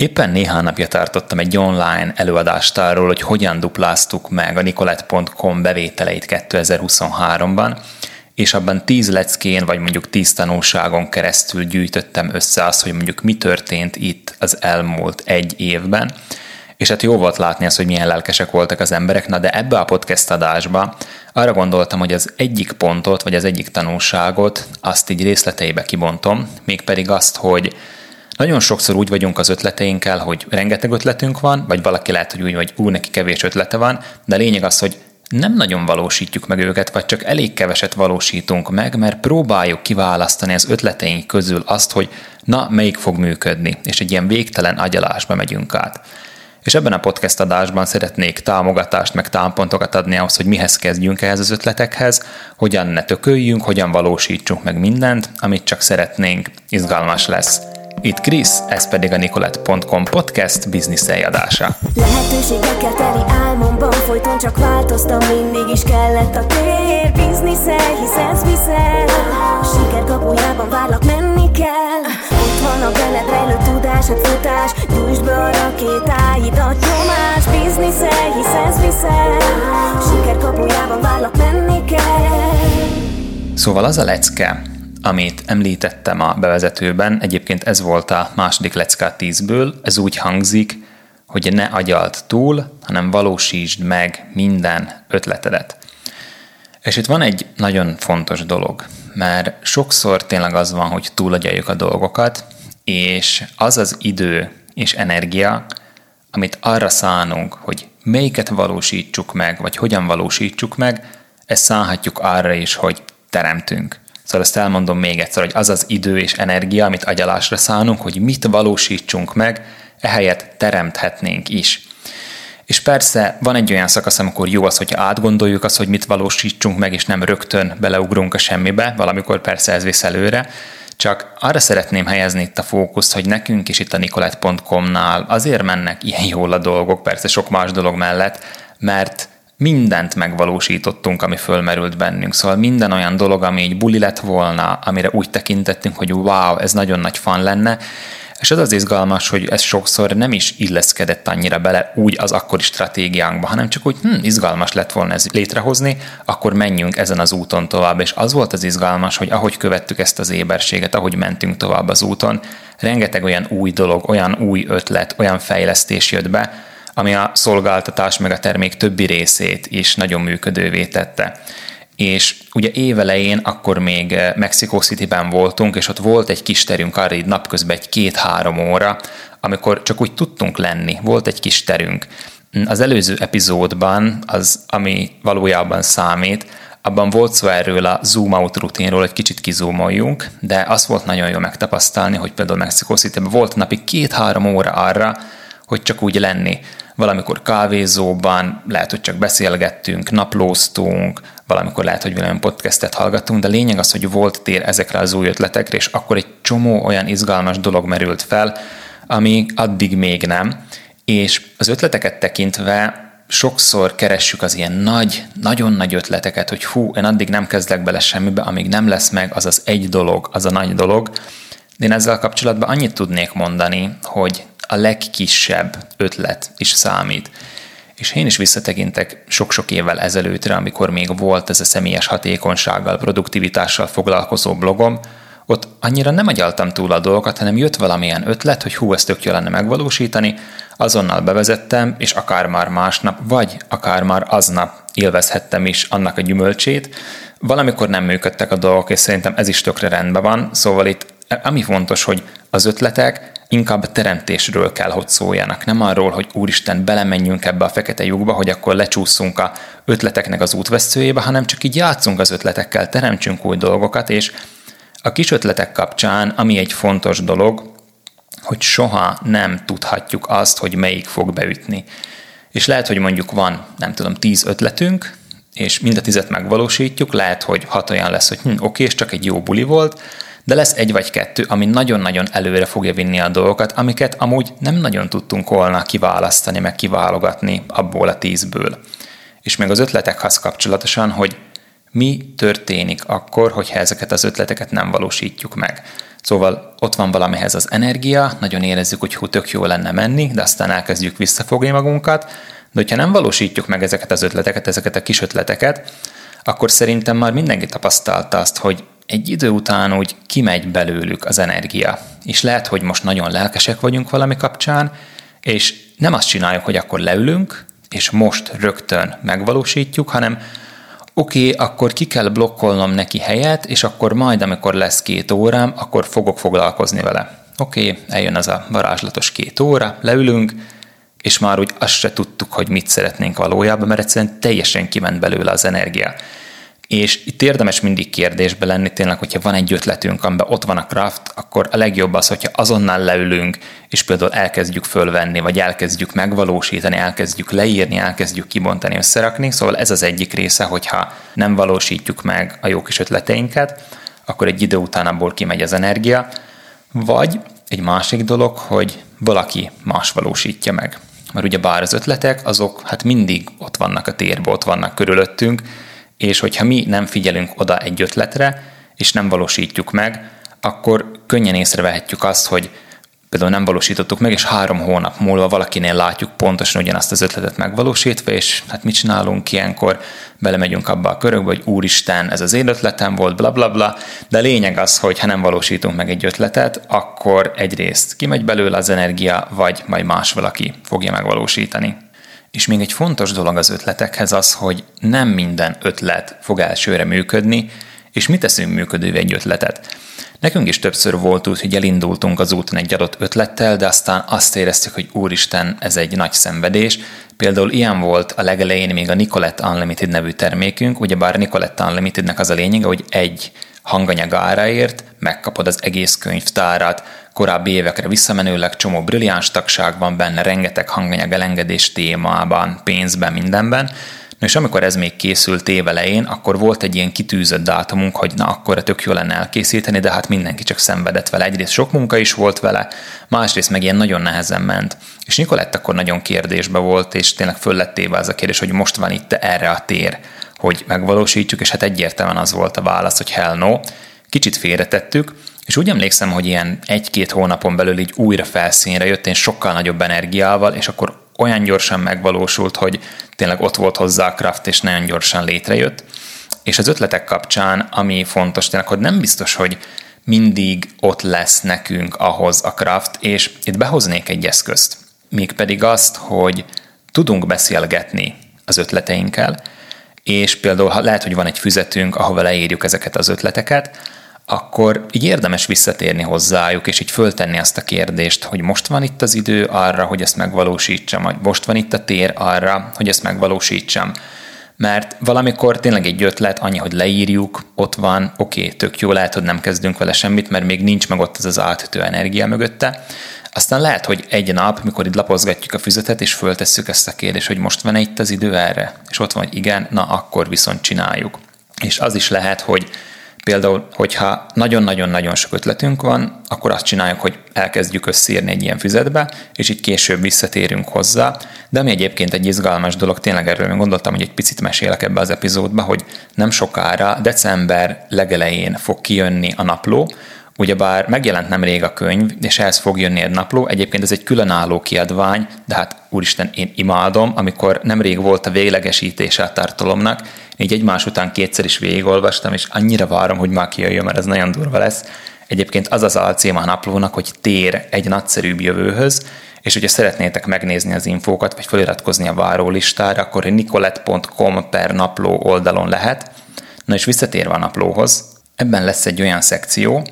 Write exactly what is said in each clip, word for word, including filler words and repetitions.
Éppen néhány napja tartottam egy online előadást arról, hogy hogyan dupláztuk meg a nicolette pont com bevételeit kétezer-huszonháromban, és abban tíz leckén, vagy mondjuk tíz tanulságon keresztül gyűjtöttem össze azt, hogy mondjuk mi történt itt az elmúlt egy évben, és hát jó volt látni azt, hogy milyen lelkesek voltak az emberek, na de ebbe a podcast adásba arra gondoltam, hogy az egyik pontot, vagy az egyik tanulságot, azt így részleteibe kibontom, mégpedig azt, hogy nagyon sokszor úgy vagyunk az ötleteinkkel, hogy rengeteg ötletünk van, vagy valaki lehet, hogy úgy, hogy ú, neki kevés ötlete van, de a lényeg az, hogy nem nagyon valósítjuk meg őket, vagy csak elég keveset valósítunk meg, mert próbáljuk kiválasztani az ötleteink közül azt, hogy na, melyik fog működni, és egy ilyen végtelen agyalásba megyünk át. És ebben a podcast adásban szeretnék támogatást, meg támpontokat adni ahhoz, hogy mihez kezdjünk ehhez az ötletekhez, hogyan ne tököljünk, hogyan valósítsunk meg mindent, amit csak szeretnénk, izgalmas lesz. Itt Krisz, ez pedig a nicolette pont com podcast bizniszelj adása. Lehetőségekkel teli álmomban folyton csak változtam, mindig is kellett a tér. Bizniszelj, hisz ez viszel, a siker kapujában várlak, menni kell. Ott van a benned rejlő tudás, a futás, gyújtsd be a rakétáidat, nyomás. Bizniszelj, hisz ez viszel, a siker kapujában várlak, menni kell. Szóval az a lecke, amit említettem a bevezetőben, egyébként ez volt a második lecke a tízből, ez úgy hangzik, hogy ne agyald túl, hanem valósítsd meg minden ötletedet. És itt van egy nagyon fontos dolog, mert sokszor tényleg az van, hogy túlagyaljuk a dolgokat, és az az idő és energia, amit arra szánunk, hogy melyiket valósítsuk meg, vagy hogyan valósítsuk meg, ezt szánhatjuk arra is, hogy teremtünk. Szóval ezt elmondom még egyszer, hogy az az idő és energia, amit agyalásra szánunk, hogy mit valósítsunk meg, ehelyett teremthetnénk is. És persze van egy olyan szakasz, amikor jó az, hogyha átgondoljuk azt, hogy mit valósítsunk meg, és nem rögtön beleugrunk a semmibe, valamikor persze ez visz előre, csak arra szeretném helyezni itt a fókuszt, hogy nekünk is itt a nicolette pont com-nál azért mennek ilyen jól a dolgok, persze sok más dolog mellett, mert mindent megvalósítottunk, ami fölmerült bennünk. Szóval minden olyan dolog, ami egy buli lett volna, amire úgy tekintettünk, hogy wow, ez nagyon nagy fan lenne, és az az izgalmas, hogy ez sokszor nem is illeszkedett annyira bele úgy az akkori stratégiánkba, hanem csak úgy hm, izgalmas lett volna ez létrehozni, akkor menjünk ezen az úton tovább. És az volt az izgalmas, hogy ahogy követtük ezt az éberséget, ahogy mentünk tovább az úton, rengeteg olyan új dolog, olyan új ötlet, olyan fejlesztés jött be, ami a szolgáltatás meg a termék többi részét is nagyon működővé tette. És ugye évelején akkor még Mexico Cityben voltunk, és ott volt egy kis terünk arra így napközben egy két-három óra, amikor csak úgy tudtunk lenni, volt egy kis terünk. Az előző epizódban, az, ami valójában számít, abban volt szó erről a zoom out rutinról, hogy kicsit kizoomoljunk, de azt volt nagyon jó megtapasztalni, hogy például Mexico Cityben volt napi két-három óra arra, hogy csak úgy lenni. Valamikor kávézóban, lehet, hogy csak beszélgettünk, naplóztunk, valamikor lehet, hogy valami podcastet hallgattunk, de lényeg az, hogy volt tér ezekre az új ötletekre, és akkor egy csomó olyan izgalmas dolog merült fel, ami addig még nem. És az ötleteket tekintve sokszor keressük az ilyen nagy, nagyon nagy ötleteket, hogy hú, én addig nem kezdek bele semmibe, amíg nem lesz meg az az egy dolog, az a nagy dolog. De én ezzel kapcsolatban annyit tudnék mondani, hogy a legkisebb ötlet is számít. És én is visszatekintek sok-sok évvel ezelőttre, amikor még volt ez a személyes hatékonysággal, produktivitással foglalkozó blogom, ott annyira nem agyaltam túl a dolgokat, hanem jött valamilyen ötlet, hogy hú, ezt tök jó lenne megvalósítani, azonnal bevezettem, és akár már másnap, vagy akár már aznap élvezhettem is annak a gyümölcsét. Valamikor nem működtek a dolgok, és szerintem ez is tökre rendben van, szóval itt ami fontos, hogy az ötletek inkább teremtésről kell, hogy szóljanak. Nem arról, hogy úristen, belemenjünk ebbe a fekete lyukba, hogy akkor lecsúszunk a ötleteknek az útvesztőjébe, hanem csak így játszunk az ötletekkel, teremtsünk új dolgokat, és a kis ötletek kapcsán, ami egy fontos dolog, hogy soha nem tudhatjuk azt, hogy melyik fog beütni. És lehet, hogy mondjuk van, nem tudom, tíz ötletünk, és mind a tízet megvalósítjuk, lehet, hogy hat olyan lesz, hogy hm, oké, és csak egy jó buli volt, de lesz egy vagy kettő, ami nagyon-nagyon előre fogja vinni a dolgokat, amiket amúgy nem nagyon tudtunk volna kiválasztani, meg kiválogatni abból a tízből. És még az ötletekhez kapcsolatosan, hogy mi történik akkor, hogyha ezeket az ötleteket nem valósítjuk meg. Szóval ott van valamihez az energia, nagyon érezzük, hogy hú, tök jó lenne menni, de aztán elkezdjük visszafogni magunkat, de hogyha nem valósítjuk meg ezeket az ötleteket, ezeket a kis ötleteket, akkor szerintem már mindenki tapasztalta azt, hogy egy idő után úgy kimegy belőlük az energia. És lehet, hogy most nagyon lelkesek vagyunk valami kapcsán, és nem azt csináljuk, hogy akkor leülünk, és most rögtön megvalósítjuk, hanem oké, okay, akkor ki kell blokkolnom neki helyet, és akkor majd, amikor lesz két órám, akkor fogok foglalkozni vele. Oké, okay, eljön az a varázslatos két óra, leülünk, és már úgy azt se tudtuk, hogy mit szeretnénk valójában, mert egyszerűen teljesen kiment belőle az energia. És itt érdemes mindig kérdésbe lenni, tényleg, hogyha van egy ötletünk, amiben ott van a craft, akkor a legjobb az, hogyha azonnal leülünk, és például elkezdjük fölvenni, vagy elkezdjük megvalósítani, elkezdjük leírni, elkezdjük kibontani, összerakni. Szóval ez az egyik része, hogyha nem valósítjuk meg a jó kis ötleteinket, akkor egy idő után abból kimegy az energia. Vagy egy másik dolog, hogy valaki más valósítja meg. Mert ugye bár az ötletek, azok hát mindig ott vannak a térben, ott vannak körülöttünk, és hogyha mi nem figyelünk oda egy ötletre, és nem valósítjuk meg, akkor könnyen észrevehetjük azt, hogy például nem valósítottuk meg, és három hónap múlva valakinél látjuk pontosan ugyanazt az ötletet megvalósítva, és hát mit csinálunk ilyenkor? Belemegyünk abba a körökbe, hogy úristen, ez az én ötletem volt, bla bla bla, de lényeg az, hogy ha nem valósítunk meg egy ötletet, akkor egyrészt kimegy belőle az energia, vagy majd más valaki fogja megvalósítani. És még egy fontos dolog az ötletekhez az, hogy nem minden ötlet fog elsőre működni, és mi teszünk működővé egy ötletet. Nekünk is többször volt úgy, hogy elindultunk az úton egy adott ötlettel, de aztán azt éreztük, hogy úristen, ez egy nagy szenvedés. Például ilyen volt a legelején még a Nicolette Unlimited nevű termékünk, ugyebár Nicolette Unlimitednek az a lényege, hogy egy hanganyag áráért megkapod az egész könyvtárat, korábbi évekre visszamenőleg csomó brilliáns tagság van benne, rengeteg hanganyag elengedés témában, pénzben, mindenben. Na és amikor ez még készült évelején, akkor volt egy ilyen kitűzött dátumunk, hogy na akkor tök jó lenne elkészíteni, de hát mindenki csak szenvedett vele. Egyrészt sok munka is volt vele, másrészt meg ilyen nagyon nehezen ment. És Nicolette akkor nagyon kérdésbe volt, és tényleg föl lett téve az a kérdés, hogy most van itt erre a tér, hogy megvalósítjuk, és hát egyértelműen az volt a válasz, hogy hell no. Kicsit félretettük, és úgy emlékszem, hogy ilyen egy-két hónapon belül így újra felszínre jött, én sokkal nagyobb energiával, és akkor olyan gyorsan megvalósult, hogy tényleg ott volt hozzá a craft, és nagyon gyorsan létrejött. És az ötletek kapcsán, ami fontos, tényleg, hogy nem biztos, hogy mindig ott lesz nekünk ahhoz a craft, és itt behoznék egy eszközt. Mégpedig azt, hogy tudunk beszélgetni az ötleteinkkel, és például ha lehet, hogy van egy füzetünk, ahova leírjuk ezeket az ötleteket, akkor így érdemes visszatérni hozzájuk, és így föltenni azt a kérdést, hogy most van itt az idő arra, hogy ezt megvalósítsam, vagy most van itt a tér arra, hogy ezt megvalósítsam. Mert valamikor tényleg egy ötlet, annyi, hogy leírjuk, ott van, oké, okay, tök jó, lehet, hogy nem kezdünk vele semmit, mert még nincs meg ott az az átütő energia mögötte. Aztán lehet, hogy egy nap, mikor itt lapozgatjuk a füzetet, és föltesszük ezt a kérdést, hogy most van itt az idő erre, és ott van, hogy igen, na akkor viszont csináljuk. És az is lehet, hogy például, hogyha nagyon-nagyon-nagyon sok ötletünk van, akkor azt csináljuk, hogy elkezdjük összeírni egy ilyen füzetbe, és így később visszatérünk hozzá. De ami egyébként egy izgalmas dolog, tényleg erről én gondoltam, hogy egy picit mesélek ebbe az epizódba, hogy nem sokára, december legelején fog kijönni a napló, ugyebár megjelent nemrég a könyv, és ehhez fog jönni egy napló. Egyébként ez egy különálló kiadvány, de hát úristen, én imádom, amikor nemrég volt a véglegesítése a tartalomnak, így egymás után kétszer is végigolvastam, és annyira várom, hogy már kijöjjön, mert ez nagyon durva lesz. Egyébként az az alcím a naplónak, hogy tér egy nagyszerűbb jövőhöz, és hogyha szeretnétek megnézni az infókat, vagy feliratkozni a várólistára, akkor nicolette pont com per napló oldalon lehet. Na és visszatérve a naplóhoz, ebben lesz egy olyan szekció,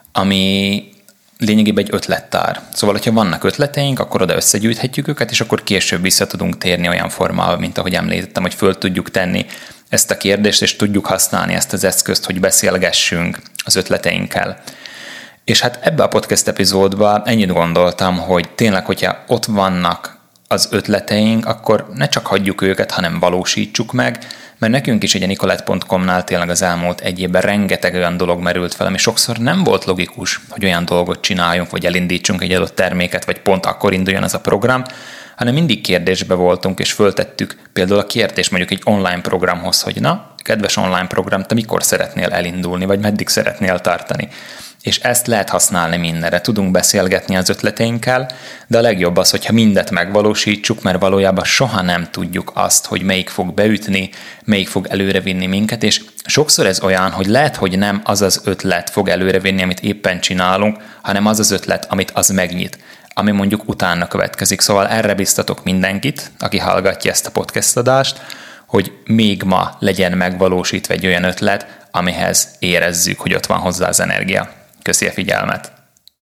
ami lényegében egy ötlettár. Szóval, hogyha vannak ötleteink, akkor oda összegyűjthetjük őket, és akkor később vissza tudunk térni olyan formában, mint ahogy említettem, hogy föl tudjuk tenni ezt a kérdést, és tudjuk használni ezt az eszközt, hogy beszélgessünk az ötleteinkkel. És hát ebbe a podcast epizódban ennyit gondoltam, hogy tényleg, hogyha ott vannak az ötleteink, akkor ne csak hagyjuk őket, hanem valósítsuk meg, mert nekünk is egy a nicolette pont com-nál tényleg az elmúlt egy évben rengeteg olyan dolog merült fel, ami sokszor nem volt logikus, hogy olyan dolgot csináljunk, vagy elindítsunk egy adott terméket, vagy pont akkor induljon az a program, hanem mindig kérdésbe voltunk, és föltettük például a kérdést mondjuk egy online programhoz, hogy na, kedves online program, te mikor szeretnél elindulni, vagy meddig szeretnél tartani. És ezt lehet használni mindenre. Tudunk beszélgetni az ötleteinkkel, de a legjobb az, hogyha mindet megvalósítsuk, mert valójában soha nem tudjuk azt, hogy melyik fog beütni, melyik fog előrevinni minket, és sokszor ez olyan, hogy lehet, hogy nem az az ötlet fog előrevinni, amit éppen csinálunk, hanem az az ötlet, amit az megnyit, ami mondjuk utána következik. Szóval erre biztatok mindenkit, aki hallgatja ezt a podcast adást, hogy még ma legyen megvalósítva egy olyan ötlet, amihez érezzük, hogy ott van hozzá az energia. Köszi a figyelmet!